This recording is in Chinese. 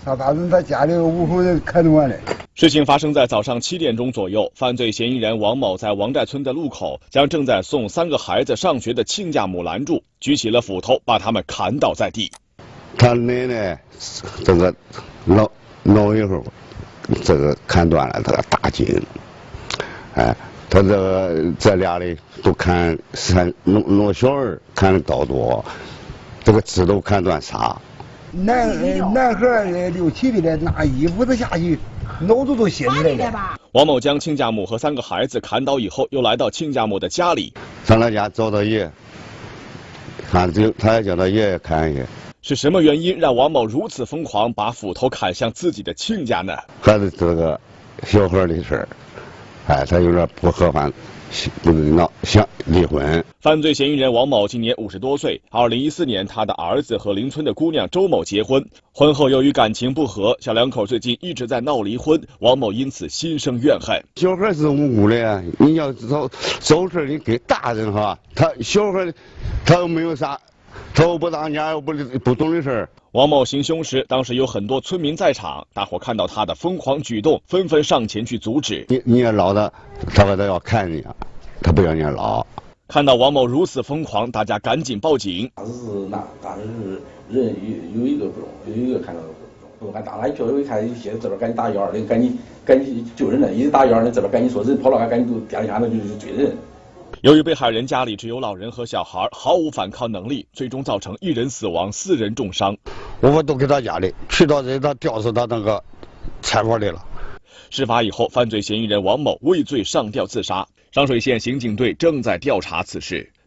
他把人他家里屋后人砍断了。 事情发生在早上7点钟左右，犯罪嫌疑人王某在王寨村的路口将正在送3个孩子上学的亲家母拦住，举起了斧头把他们砍倒在地。 他奶奶这个脑以后，这个砍断了这个大筋，哎，他这俩的都砍弄小儿砍的刀多，这个指头砍断仨。男孩6、7岁的拿衣服子下去，脑子都掀起来了。 王某将亲家母和3个孩子砍倒以后，又来到亲家母的家里， 上他家找他爷，他也叫他爷爷看一下。 是什么原因让王某如此疯狂，把斧头砍向自己的亲家呢？ 还是这个小孩的事儿，哎，他有点不合法，想离婚。 犯罪嫌疑人王某今年50多岁。2014年，他的儿子和邻村的姑娘周某结婚，婚后由于感情不和，小两口最近一直在闹离婚，王某因此心生怨恨。 小孩是无辜的呀，你要找事你给大人哈，他小孩他又没有啥。他又不当家又不懂的事儿。 王某行凶时，当时有很多村民在场，大伙看到他的疯狂举动，纷纷上前去阻止。 你也捞他，他说他要砍你，他不让你捞。 看到王某如此疯狂，大家赶紧报警。 当时是人有一个不中，有一个看到不中，打他一脚，一看现在这边赶紧打120，赶紧救人了，一直打120，这边赶紧说人跑了，赶紧都颠一下子就追人。 由于被害人家里只有老人和小孩，毫无反抗能力，最终造成1人死亡，4人重伤。 我们都给他家里去到这，他吊死他那个菜馆里了。 事发以后，犯罪嫌疑人王某畏罪上吊自杀。上水县刑警队正在调查此事。